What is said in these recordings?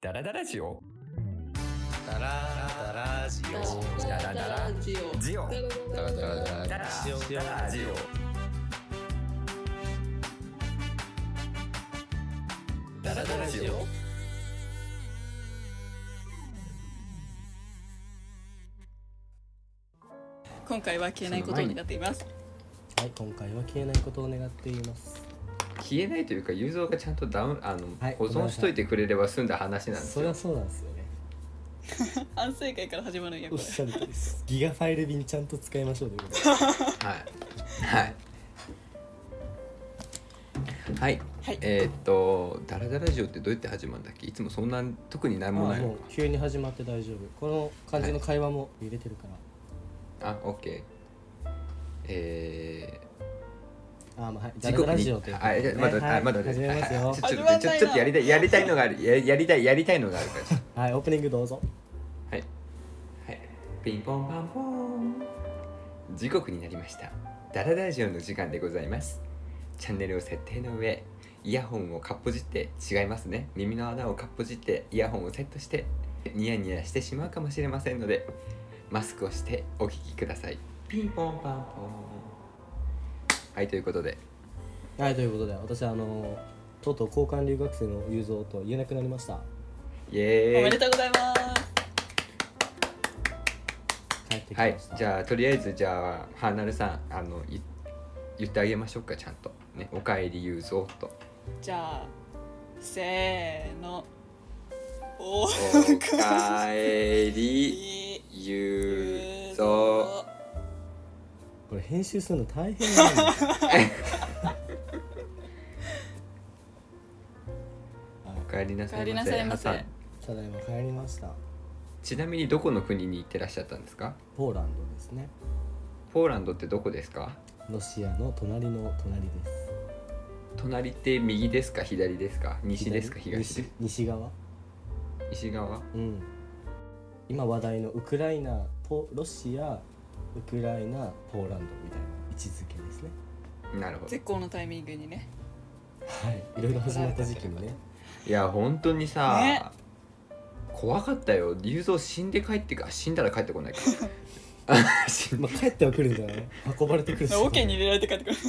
ダラダラジオダラダラジオダラダラジオダラダラダラジオジオダラダラジオ。 今回は消えないことを願っています。 はい、今回は消えないことを願っています。 消えないというか、ユーザーがちゃんとはい、 保存しといてくれれば済んだ話なんですよ。 そりゃそうなんですよね。 反省会から始まるんやこれ。 おっしゃるとりです。ギガファイル便ちゃんと使いましょうということで。 はいはい、 はいダラダラジオってどうやって始まるんだっけ。いつもそんな特に何もないのか。 もう急に始まって大丈夫。この感じの会話も入れてるから。 あ、オッケー。 まあはい、ダラダラジオということで、ね、 まだはい、 まだ始めますよ。 ちょっとやりたいのがある。やりたいのがあるからはい、オープニングどうぞ。 はいピンポンパンポン。時刻になりました。ダラダラジオの時間でございます。チャンネルを設定の上、イヤホンをかっぽじって違いますね。耳の穴をかっぽじってイヤホンをセットしてニヤニヤしてしまうかもしれませんので、マスクをしてお聞きください。ピンポンパンポン。はい、ということで、 はい、ということで、私とうとう交換留学生の雄三と言えなくなりました。 イエーイ。 おめでとうございます。 帰ってきはいました。 じゃあとりあえずはなるさん言ってあげましょうか。ちゃんとね、おかえりゆうぞと。 じゃあせーの。おおかえりゆうぞ。 これ編集するの大変なんですよ。 おかえりなさいませ。 おかえりなさいませはさん、 ただいま帰りました。 ちなみにどこの国に行ってらっしゃったんですか。 ポーランドですね。 ポーランドってどこですか。 ロシアの隣の隣です。 隣って右ですか左ですか、西ですか東ですか。 西側。 西側。 今話題のウクライナ、ロシア、ウクライナ、ポーランドみたいな位置づけですね。 なるほど。 絶好のタイミングにね。 はい、いろいろ始まった時期にね。 いや本当にさ、 ね、 怖かったよ。龍造死んだら帰ってこないかまあ帰ってはくるんじゃない。運ばれてくるし。 オケに入れられて帰ってくる。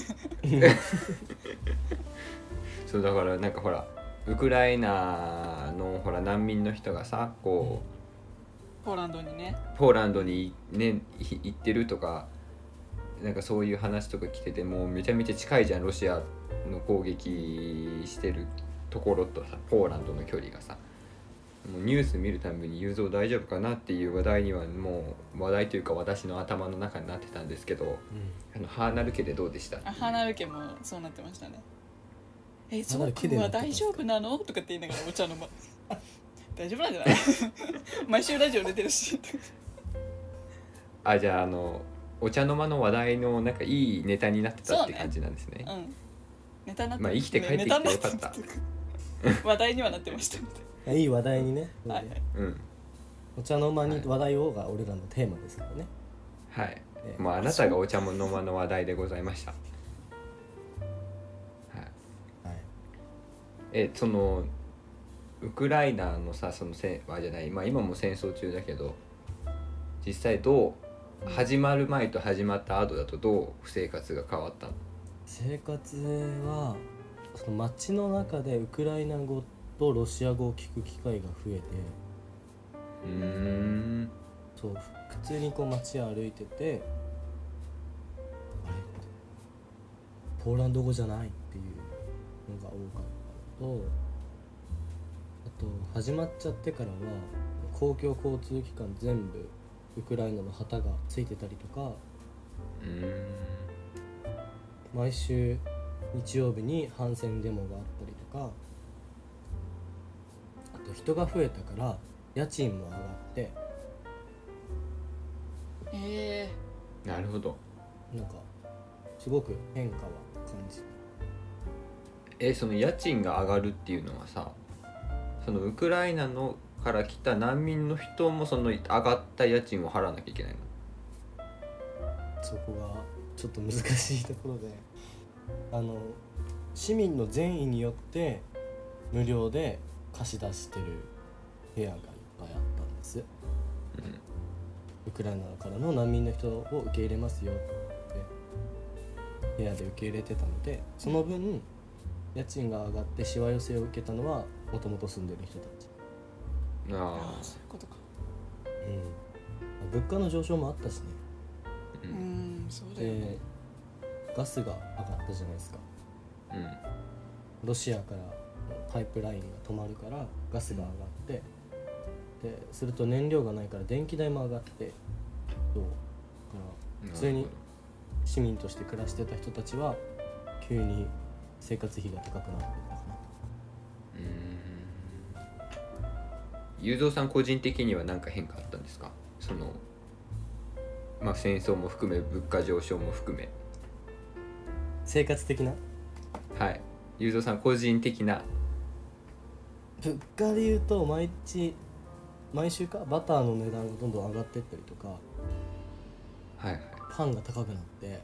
そうだからなんかほらウクライナのほら難民の人がさこう、 ポーランドにね。 ポーランドにね行ってるとか、なんかそういう話とか来てて、もうめちゃめちゃ近いじゃん。ロシアの攻撃してるところとさポーランドの距離がさ、もうニュース見るたびに雄三大丈夫かなっていう話題にはもう話題というか私の頭の中になってたんですけど、ハーナル家でどうでした。 ハーナル家もそうなってましたね。そハーナル家でこはなってたんですか大丈夫なのとかって言いながらお茶の間大丈夫なんじゃない毎週ラジオ出てるし。 じゃあお茶の間の話題のなんかいいネタになってたって感じなんですね。 ネタになってまあ生きて帰ってきてよかった。 話題にはなってましたので。 いい話題にね。 はいお茶の間に話題をが俺らのテーマですからね。 はい。まああなたがお茶の間の話題でございました。はい。そのウクライナのさ、じゃない、まあ今も戦争中だけど、実際始まる前と始まった後だとどう生活が変わったの？ 生活はその街の中でウクライナ語とロシア語を聞く機会が増えて、そう普通にこう街歩いてて、あれポーランド語じゃないっていうのが多かったのと、あと始まっちゃってからは公共交通機関全部ウクライナの旗がついてたりとか、毎週日曜日に反戦デモがあったりとか、あと人が増えたから家賃も上がって、 なるほど。 なんかすごく変化は感じ。 その家賃が上がるっていうのはさ、そのウクライナのから来た難民の人もその上がった家賃を払わなきゃいけないの？ そこがちょっと難しいところで、市民の善意によって無料で貸し出してる部屋がいっぱいあったんです。ウクライナからの難民の人を受け入れますよって部屋で受け入れてたので、その分家賃が上がってしわ寄せを受けたのはもともと住んでる人たち。 ああそういうことか。 物価の上昇もあったしね。 そうだよね。 でガスが上がったじゃないですか。ロシアからパイプラインが止まるからガスが上がって、ですると燃料がないから電気代も上がって、そうだから普通に市民として暮らしてた人たちは急に生活費が高くなっていったかな。 雄三さん個人的には何か変化あったんですか？その戦争も含め物価上昇も含め。 生活的な？ はい。雄三さん個人的な。 物価で言うと毎週かバターの値段がどんどん上がってったりとか、 はいはい。 パンが高くなって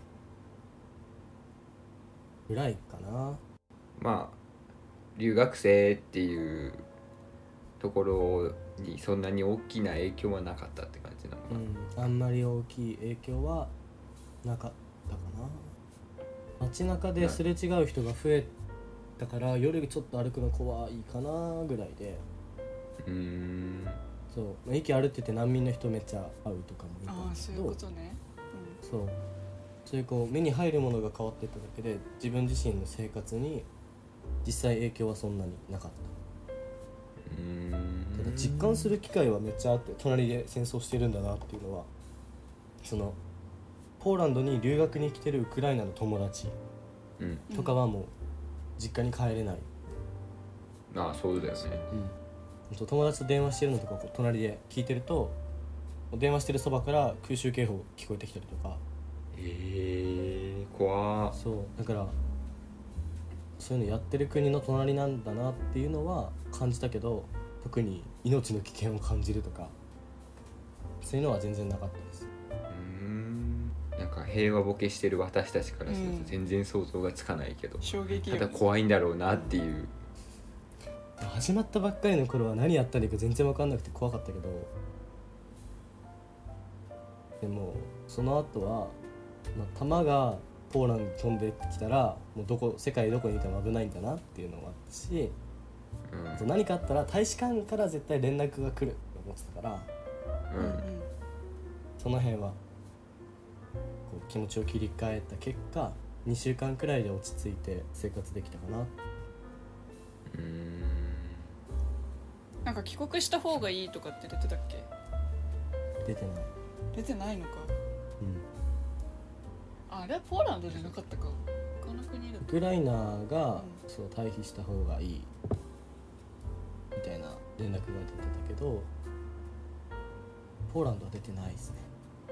ぐらいかな。 留学生っていうところにそんなに大きな影響はなかったって感じなのかな。 あんまり大きい影響はなかったかな。街中ですれ違う人が増えたから夜ちょっと歩くの怖いかなぐらいで。そう駅歩いてて難民の人めっちゃ会うとかもいたんだけど、 そういうことね。 そういうこう目に入るものが変わっていっただけで自分自身の生活に実際影響はそんなになかった。ただ実感する機会はめっちゃあって、隣で戦争してるんだなっていうのは、そのポーランドに留学に来てるウクライナの友達とかはもう実家に帰れない。 そうだよね。 友達と電話してるのとかこう隣で聞いてると、電話してるそばから空襲警報聞こえてきたりとか。 怖。 そうだからそういうのやってる国の隣なんだなっていうのは感じたけど、特に命の危険を感じるとかそういうのは全然なかったです。 なんか平和ボケしてる私たちからすると全然想像がつかないけど、 衝撃よね。 ただ怖いんだろうなっていう。 始まったばっかりの頃は何やったらいいか全然分かんなくて怖かったけど、でもその後は、弾がポーランドに飛んできたらもう世界どこにいても危ないんだなっていうのもあったし、あと何かあったら大使館から絶対連絡が来るって思ってたから、その辺はこう気持ちを切り替えた結果2週間くらいで落ち着いて生活できたかな。 なんか帰国した方がいいとかって出てたっけ？ 出てない。 出てないのか。あれはポーランドじゃなかったか。他の国だった。 ウクライナが、そう退避した方がいいみたいな連絡が出てたけど、ポーランドは出てないですね。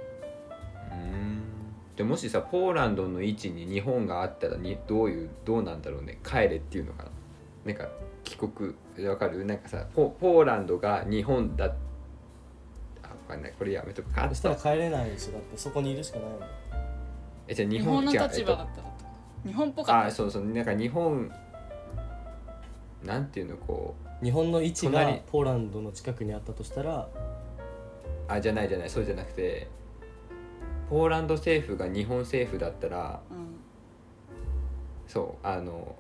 でもしさポーランドの位置に日本があったらどうなんだろうね。帰れっていうのかな。なんか帰国わかる？なんかさポーランドが日本だ。わかんない。これやめとくか。 そしたら帰れないでしょ。だってそこにいるしかないもん。 じゃあ日本の立場だったら、日本っぽかった。 そうなんか日本なんていうのこう日本の位置がポーランドの近くにあったとしたらじゃないそうじゃなくて、ポーランド政府が日本政府だったら、そう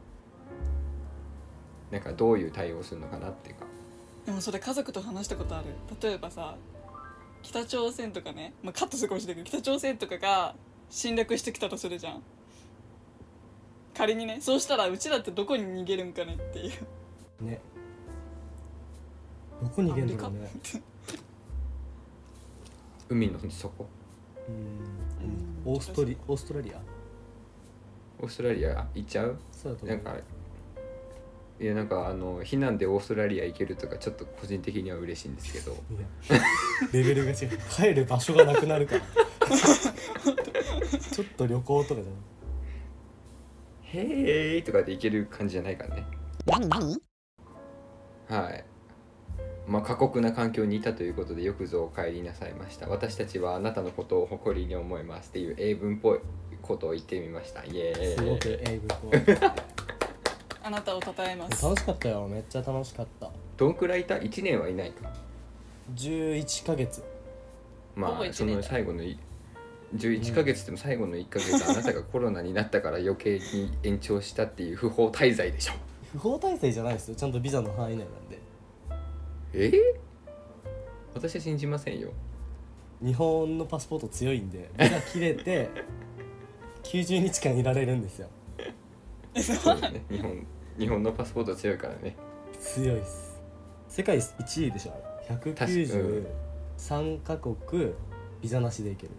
なんかどういう対応するのかなっていうか。 でもそれ家族と話したことある。例えばさ北朝鮮とかね、カットするかもしれないけど北朝鮮とかが侵略してきたとするじゃん。仮にね、そうしたらうちらってどこに逃げるんかねっていうね。どこに逃げるんだろうね。 海の底。 オーストラリア。 オーストラリア行っちゃう？ そうだと思う。 なんか避難でオーストラリア行けるとかちょっと個人的には嬉しいんですけど、 レベルが違う。帰る場所がなくなるからちょっと旅行とかじゃない。 へーとかで行ける感じじゃないからね。はい。過酷な環境にいたということでよくぞお帰りなさいました。私たちはあなたのことを誇りに思いますっていう英文っぽいことを言ってみました。イエーイ。 すごく英文っぽいあなたを称えます。 楽しかったよ。めっちゃ楽しかった。 どんくらいいた？1年はいないか。 11ヶ月。 まほぼあその一年だ最後の11ヶ月でも最後の1ヶ月あなたがコロナになったから余計に延長したっていう不法滞在でしょ。 不法滞在じゃないですよ、ちゃんとビザの範囲内なんで。 私は信じませんよ。 日本のパスポート強いんで、ビザ切れて90日間いられるんですよ。 そうだね、日本のパスポート強いからね。 強いっす。世界1位でしょあれ。193カ国ビザなしで行ける。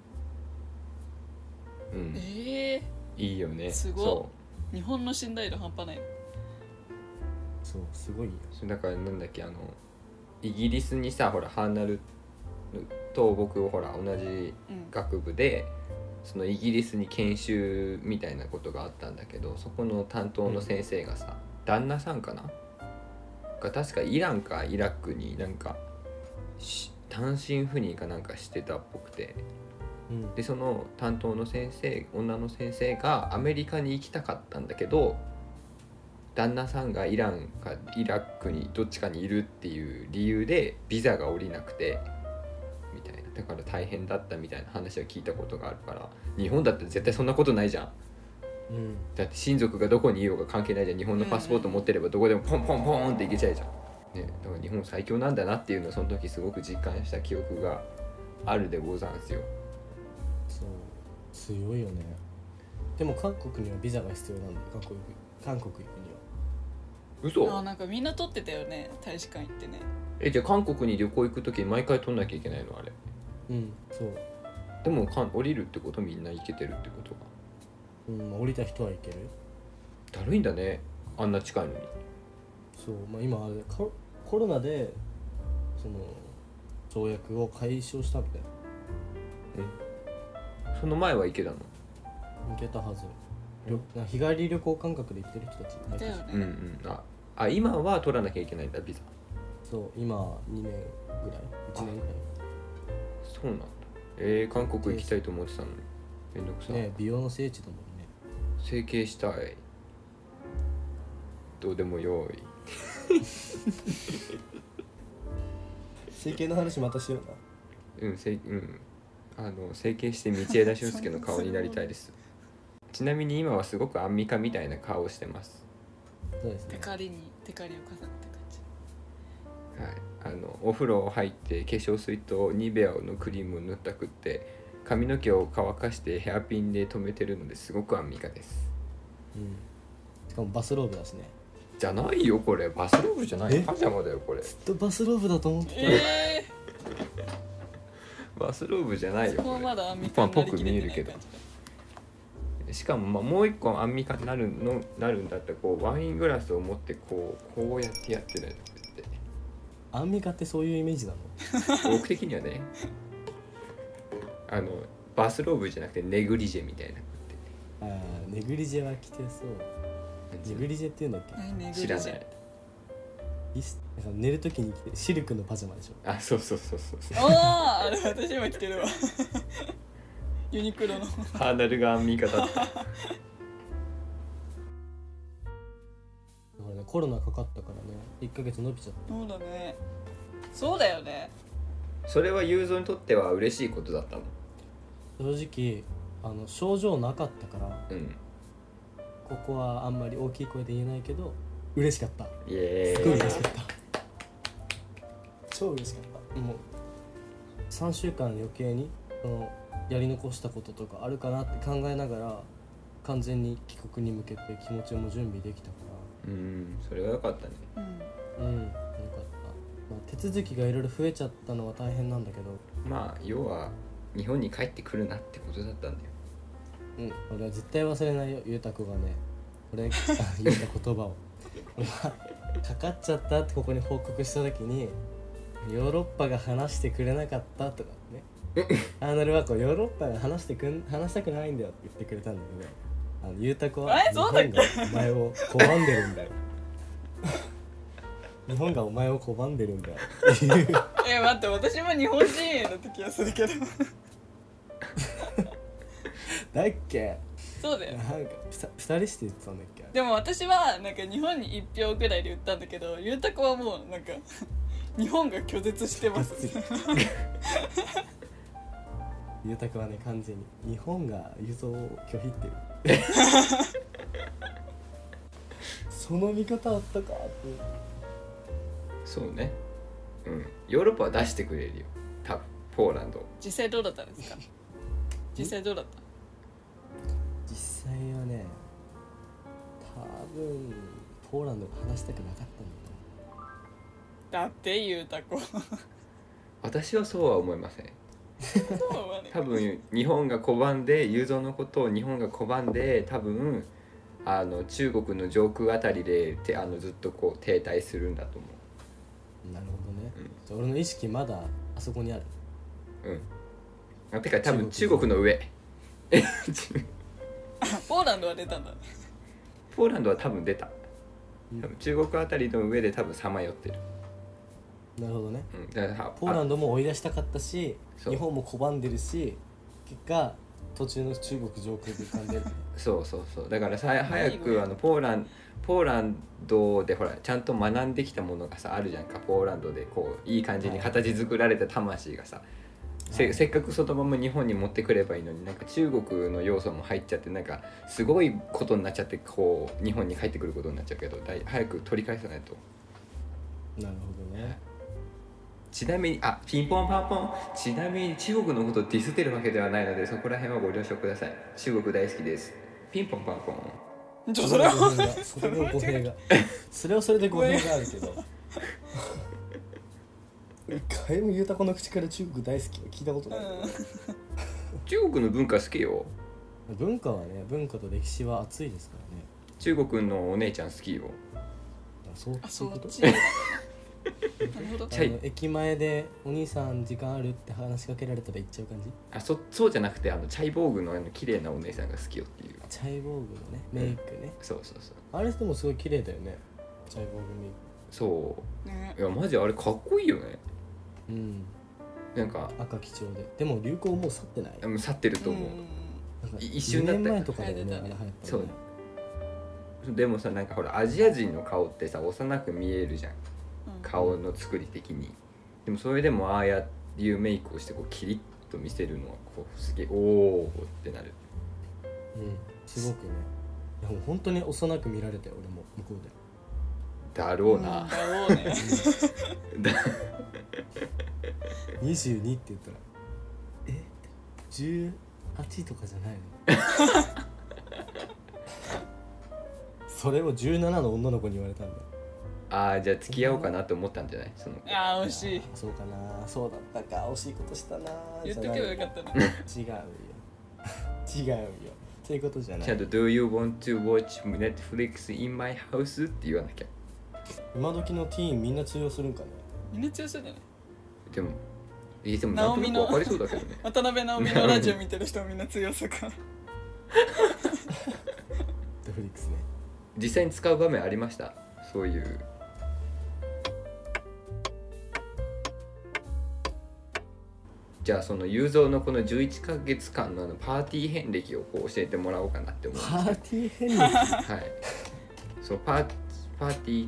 うんえいいよね。 すごっそ日本の信頼度半端ない。 そうすごいよ。 うだからなんだっけ、イギリスにさ、ほらハーナルと僕ほら同じ学部で、そのイギリスに研修みたいなことがあったんだけど、そこの担当の先生がさ、旦那さんかなが確かイランかイラクになんか単身赴任かなんかしてたっぽくて、でその担当の先生、女の先生がアメリカに行きたかったんだけど、旦那さんがイランかイラクにどっちかにいるっていう理由でビザが下りなくてみたいな、だから大変だったみたいな話は聞いたことがあるから、日本だって絶対そんなことないじゃん。だって親族がどこにいようが関係ないじゃん。日本のパスポート持ってればどこでもポンポンポンって行けちゃうじゃん、ね、だから日本最強なんだなっていうのをその時すごく実感した記憶があるでござんすよ。 そう強いよね。でも韓国にはビザが必要なんで、韓国行くには。 嘘？ あなんかみんな取ってたよね、大使館行ってね。 じゃあ韓国に旅行行く時に毎回取んなきゃいけないのあれ？ そう。 でも降りるってこと？みんな行けてるってことが降りた人は行ける。 だるいんだね、あんな近いのに。 そう、今あれコロナでその条約を解消したみたいな。 その前は行けたの？ 行けたはず。日帰り旅行感覚で行ってる人たちいだよたし。 ね、 あ今は取らなきゃいけないんだビザ。 そう今2年ぐらい1年ぐらいそうなんだ。韓国行きたいと思ってたのにめんどくさい、 ね。美容の聖地だもんね。 整形したい。どうでもよい。 整形の話またしような。 整形して道枝駿佑の顔になりたいです。ちなみに今はすごくアンミカみたいな顔をしてます。 そうですね。 テカリを飾った感じ。 はい、お風呂入って化粧水とニベアのクリームを塗ったくって髪の毛を乾かしてヘアピンで留めてるのですごくアンミカです。 しかもバスローブだしね。 じゃないよこれ、バスローブじゃないよ、 えパジャマだよこれ。 ずっとバスローブだと思ってた。 バスローブじゃないよそここれ。 はまだアンミカになりきれてない感じだ。 しかももう一個アンミカになるんだったらこうワイングラスを持ってこうやってやってないとこうやって。 アンミカってそういうイメージなの？ 僕的にはねバスローブじゃなくてネグリジェみたいなああ、ネグリジェは着てそう。ネグリジェっていうんだっけ？ 何ネグリジェ知らない。 なんか寝るときに着てシルクのパジャマでしょ。 あ、そうそうあれ私今着てるわ。ユニクロの。 ハーナルがアンミカだった。 だからね、コロナかかったからね、1ヶ月伸びちゃった。 そうだね。そうだよね。 それは雄三にとっては嬉しいことだったの？ 正直症状なかったからうんここはあんまり大きい声で言えないけど嬉しかった。 イエすごいーイ。 嬉しかった。超嬉しかった。もう3週間余計にやり残したこととかあるかなって考えながら完全に帰国に向けて気持ちも準備できたかそれは良かったね。 うん。 らよかった。手続きがいろいろ増えちゃったのは大変なんだけど、 まあ要は日本に帰ってくるなってことだったんだよ。 俺は絶対忘れないよ。ゆうたくがね俺が言った言葉を俺はかかっちゃったってここに報告した時にヨーロッパが話してくれなかったとかねアーノルはこうヨーロッパが話したくないんだよって言ってくれたんだけど、ゆうたくは日そうだっけ本がお前を拒んでるんだよ日本がお前を拒んでるんだよっていう待って私も日本人だった気がするけど。 だっけそうだよ。 なんか2人して言ってたんだっけ。 でも私はなんか日本に1票ぐらいで言ったんだけど、ゆうたこはもうなんか日本が拒絶してますゆうたくはね完全に日本が輸送を拒否ってるその見方あったかって。 そうね、ヨーロッパは出してくれるよ多分ポーランド。 実際どうだったんですか？実際どうだった？ 実際はね多分ポーランドが話したくなかったんだだってゆうたこ私はそうは思いません。 そうはね。 多分日本が拒んで、雄三のことを日本が拒んで、多分中国の上空あたりでずっとこう停滞するんだと思なるほどね、じゃあ俺の意識まだあそこにある。 てか多分中国の上ポーランドは出たんだ。 ポーランドは多分出た。多分中国あたりの上で多分さまよってる。 なるほどね。 だからポーランドも追い出したかったし、 そう日本も拒んでるし、結果途中の中国上空で浮かんでるねそうだから早くポーランドでほらちゃんと学んできたものがさあるじゃんか。ポーランドでこういい感じに形作られた魂がさ、せっかくそのまま日本に持ってくればいいのに、なんか中国の要素も入っちゃって、なんかすごいことになっちゃって、こう日本に帰ってくることになっちゃうけど、早く取り返さないと。 なるほどね。 ちなみにピンポンパンポン、ちなみに中国のことをディスってるわけではないので、そこら辺はご了承ください。中国大好きです。ピンポンパンポン。 それはそれの語弊がそれはそれで語弊があるけど一回もゆうたこの口から中国大好きは聞いたことない、 中国の文化好きよ。 文化はね、文化と歴史は熱いですからね。 中国のお姉ちゃん好きよ。 そういうこと。 そっちなるほど。 駅前でお兄さん時間あるって話しかけられたら行っちゃう感じ。 そうじゃなくてチャイボーグの綺麗なお姉さんが好きよっていう。 チャイボーグのねメイクね、 そうあれ人もすごい綺麗だよね、チャイボーグメイク。 そうね、 いやマジあれかっこいいよね。なんか赤基調で。でも流行もう去ってない？ 去ってると思う。 なんか一瞬だった 2年前とかだよね、あれ流行ったのね。 そうでもさ、なんかほらアジア人の顔ってさ幼く見えるじゃん、顔の作り的に。でもそれでもああやいうメイクをしてこうキリッと見せるのはこうすげえおおってなる。 すごくね。いやもう本当に幼く見られたよ俺も向こうで。 だろうな、 だろうね 22って言ったら18とかじゃないのそれを17の女の子に言われたんだよ。 じゃあ付き合おうかなと思ったんじゃない？その惜しい。 そうかな、そうだったか、惜しいことしたな。 言っとけばよかったな。 違うよ違うよ、そういうことじゃない。 ちゃんと Do you want to watch Netflix in my house? って言わなきゃ。 今時のティーンみんな通用するんかね。 みんな強そうじゃない？ でもなんとなく分かりそうだけどね渡辺直美のラジオ見てる人はみんな強そうかネットフリックスね。 実際に使う場面ありました？そういうじゃあその雄三のこの11ヶ月間のパーティー遍歴をこう教えてもらおうかなって思うんですけど。 パーティー変歴はいそうパーティーって、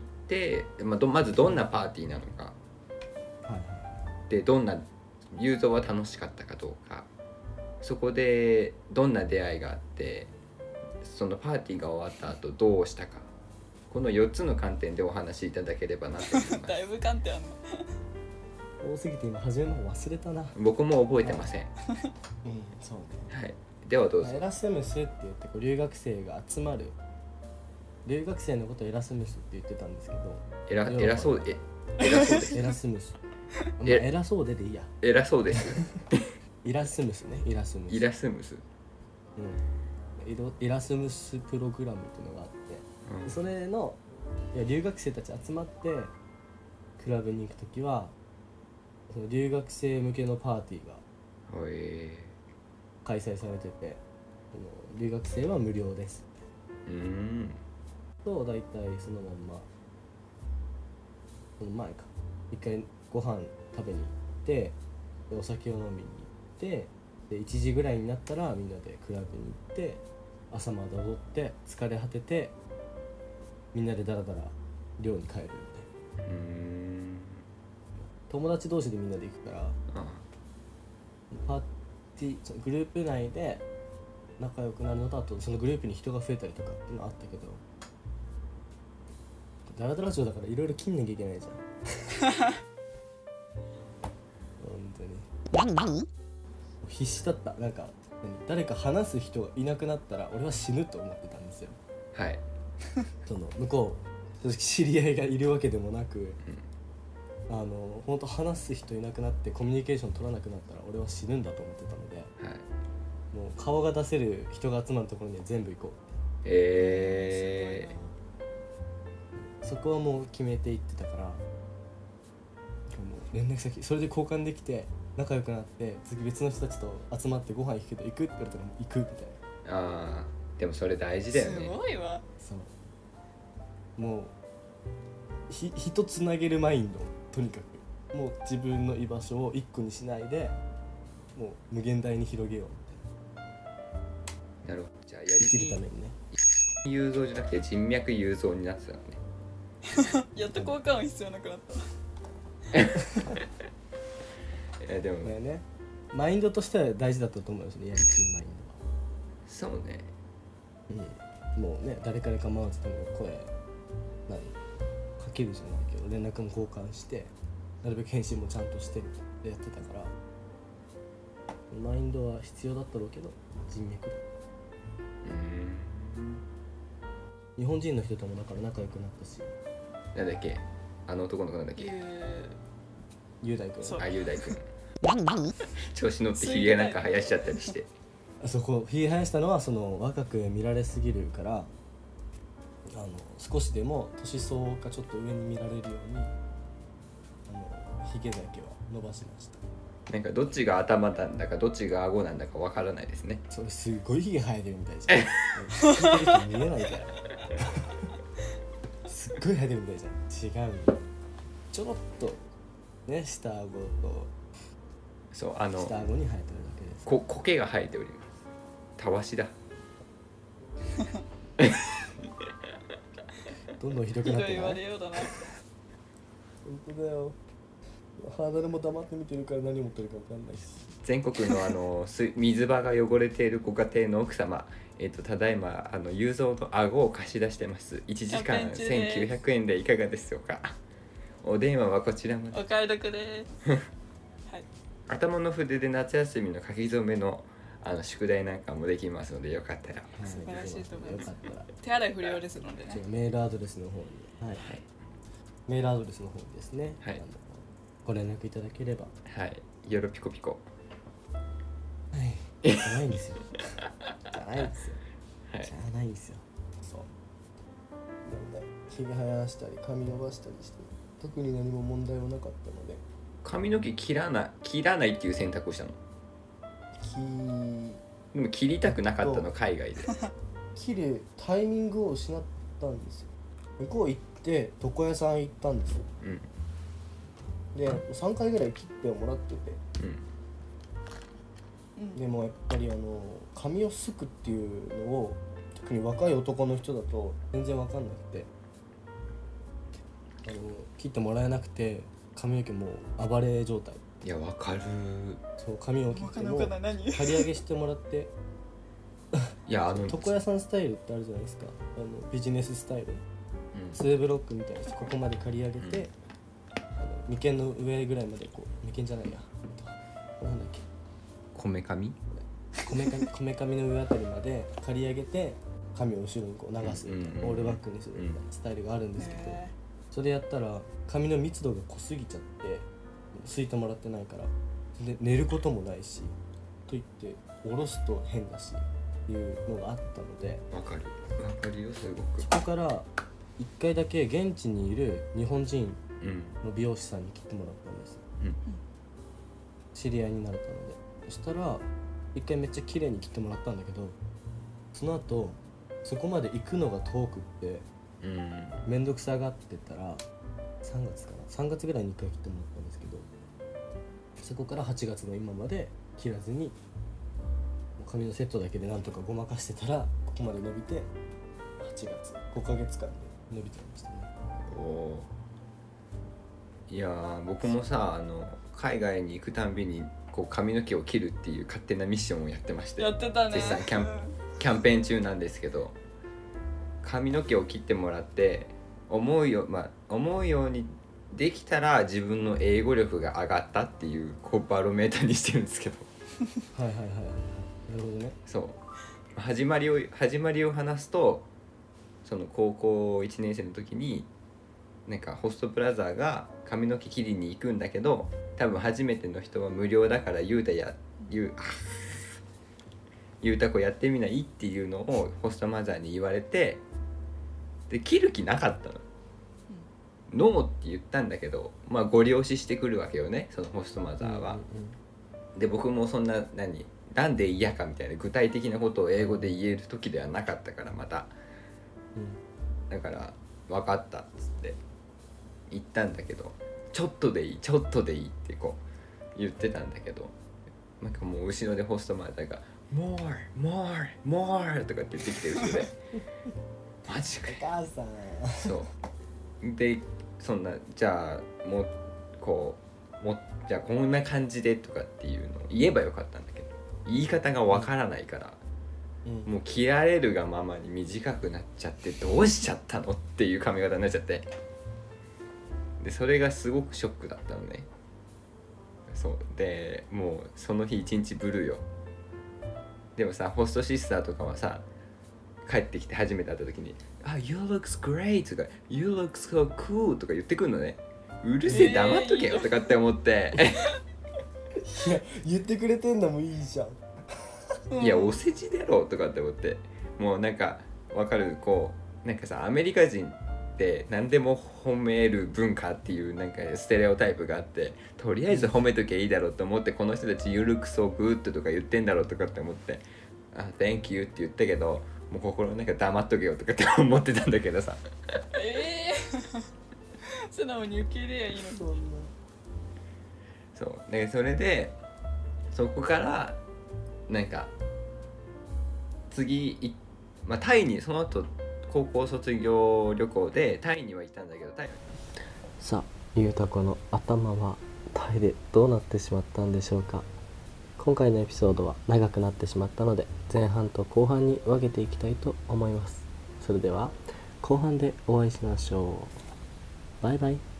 まずどんなパーティーなのか、でどんな雄三は楽しかったかどうか、そこでどんな出会いがあって、そのパーティーが終わった後どうしたか、この4つの観点でお話しいただければなと思いますだいぶ観点あんの。 多すぎて今初めの方忘れたな。 僕も覚えてません。 そうね。 はい、ではどうぞ。 エラスムスって言ってこう留学生が集まる、留学生のことをエラスムスって言ってたんですけど、 偉そう偉そうですエラスムス偉そうでいいや。 偉そうですイラスムスね、イラスムス。 イラスムス、 イラスムスプログラムっていうのがあって、それの留学生たち集まってクラブに行くときはその留学生向けのパーティーが開催されてて、留学生は無料ですと、だいたいそのまんまその前か一回ご飯食べに行って、でお酒を飲みに行って、で1時ぐらいになったらみんなでクラブに行って朝まで踊って疲れ果ててみんなでダラダラ寮に帰るみたいな。友達同士でみんなで行くからパーティー、そのグループ内で仲良くなるのと、あとそのグループに人が増えたりとかっていうのはあったけど、ダラダラ城だからいろいろ切んなきゃいけないじゃん本当に必死だった。なんか誰か話す人がいなくなったら俺は死ぬと思ってたんですよ。 はいその向こう正直知り合いがいるわけでもなく、本当話す人いなくなってコミュニケーション取らなくなったら俺は死ぬんだと思ってたので、 はい、 もう顔が出せる人が集まるところには全部行こう。そこはもう決めていってたから、もう連絡先それで交換できて仲良くなって、次別の人たちと集まってご飯行くけど行くって言われたらもう行くみたいな。 あーでもそれ大事だよね。 すごいわ。 そうもう人つなげるマインド、とにかくもう自分の居場所を一個にしないでもう無限大に広げようみたいな。 なるほど。じゃあやり生きるためにね。 雄三じゃなくて人脈雄三になってたのね。 やっと交換は必要なくなったでもこれね、マインドとしては大事だったと思うよ、そのやりきるマインそうね。 ドは。もうね、誰から構わずとも声かけるじゃないけど連絡も交換してなるべく返信もちゃんとしてってやってたから、マインドは必要だったろうけど人脈だ。日本人の人ともだから仲良くなったし。 なんだっけ、あの男の子なんだっけ、 雄大君。 そうあ、雄大君調子乗ってひげなんか生やしちゃったりしてそこひげ生やしたのはその若く見られすぎるから、少しでも年相応かちょっと上に見られるようにひげだけは伸ばしました。 なんかどっちが頭なんだかどっちが顎なんだかわからないですね。 それすごいひげ生えてるみたいじゃん聞いてる人見えないからすっごい生えてるみたいじゃん。違うよ、ちょろっとね、下顎とそう下顎に生えてるだけです。 苔が生えております。たわしだどんどんひどくひどいなってない。 言われようだな。 本当だよ。肌でも黙って見てるから何持ってるか分かんないし。 全国の水場が汚れているご家庭の奥様、ただいま雄三の顎を貸し出してます。1時間1900円でいかがでしょうか。お電話はこちらまで。 お買い得ですはい。 頭の筆で夏休みの書き初めの宿題なんかもできますので、よかったら。 はい、 素晴らしいと思いますよかったら手洗い不良ですのでね。 メールアドレスの方に、はい、メールアドレスの方にですね、 はいご連絡いただければ。 はい、よろピコピコ。 はいじゃないんですよじゃないんですよ、 はい、 じゃないんですよ。そうなんでひげ生やしたり髪伸ばしたりして特に何も問題はなかったので。 髪の毛切らないっていう選択をしたの。でも切りたくなかったの、海外で切るタイミングを失ったんですよ。向こう行って床屋さん行ったんですよ。 うんで3回ぐらい切ってもらってて、でもやっぱり髪をすくっていうのを特に若い男の人だと全然分かんなくて、切ってもらえなくて髪の毛もう暴れ状態。 いや、わかる。 そう髪を切ってもわかんない何刈り上げしてもらっていや床屋さんスタイルってあるじゃないですか、ビジネススタイル、2ブロックみたいにしてここまで刈り上げて、眉間の上ぐらいまでこう、眉間じゃないや、なんだっけ、 こめかみこめかみの上あたりまで刈り上げて髪を後ろにこう流すみたいな、オールバックにするみたいなスタイルがあるんですけど、それやったら髪の密度が濃すぎちゃってすいてもらってないから、で寝ることもないしと言って下ろすと変だしいうのがあったので、 わかるよ、すごく。 そこから1回だけ現地にいる日本人うんの美容師さんに切ってもらったんです、 うん知り合いになれたので。そしたら1回めっちゃ綺麗に切ってもらったんだけど、その後そこまで行くのが遠くってめんどくさがってたら3月ぐらいに1回切ってもらったんですけど、そこから8月の今まで切らずにもう髪のセットだけでなんとかごまかしてたら、ここまで伸びて8月5ヶ月間で伸びちゃいましたね。 おーいやー僕もさ海外に行くたんびにこう髪の毛を切るっていう勝手なミッションをやってましてやってたね。 絶賛キャンペーン中なんですけど、髪の毛を切ってもらって思うようにできたら自分の英語力が上がったっていうこうバロメーターにしてるんですけどはいはいはいはい。なるほどね。 そう始まりを話すと、その高校1年生の時になんかホストブラザーが髪の毛切りに行くんだけど、多分初めての人は無料だからゆうたこやってみないっていうのをホストマザーに言われて、で切る気なかったの、ノーって言ったんだけど、まあご了承してくるわけよね、そのホストマザーは。で僕もそんななんで嫌かみたいな具体的なことを英語で言える時ではなかったから、まただから分かったっつって言ったんだけど、ちょっとでいいってこう言ってたんだけど、なんかもう後ろでホストマザーがmore とかって言ってきて後ろでマジかよお母さん。 そうでそんなじゃあもうこうじゃあこんな感じでとかっていうのを言えばよかったんだけど、言い方がわからないから、もう切られるがままに短くなっちゃってどうしちゃったのっていう髪型になっちゃって、でそれがすごくショックだったのね。そうでもうその日一日ブルーよ。でもさホストシスターとかはさ帰ってきて初めて会った時にYou look great とか You look so cool とか言ってくんのね。うるせえ黙っとけよとかって思っていや言ってくれてんのもいいじゃん。 いやお世辞だろとかって思って、もうなんかわかる、こうなんかさアメリカ人って何でも褒める文化っていうなんかステレオタイプがあって、とりあえず褒めときゃいいだろうと思って、この人たち You look so good とか言ってんだろうとかって思ってThank you って言ったけど、もう心の中黙っとけよとかって思ってたんだけどさ素直に受け入れやいいの。 そんな。 そうでそれでそこからなんか次タイにその後高校卒業旅行でタイには行ったんだけど、 さあゆうたこの頭はタイでどうなってしまったんでしょうか。今回のエピソードは長くなってしまったので前半と後半に分けていきたいと思います。それでは後半でお会いしましょう。バイバイ。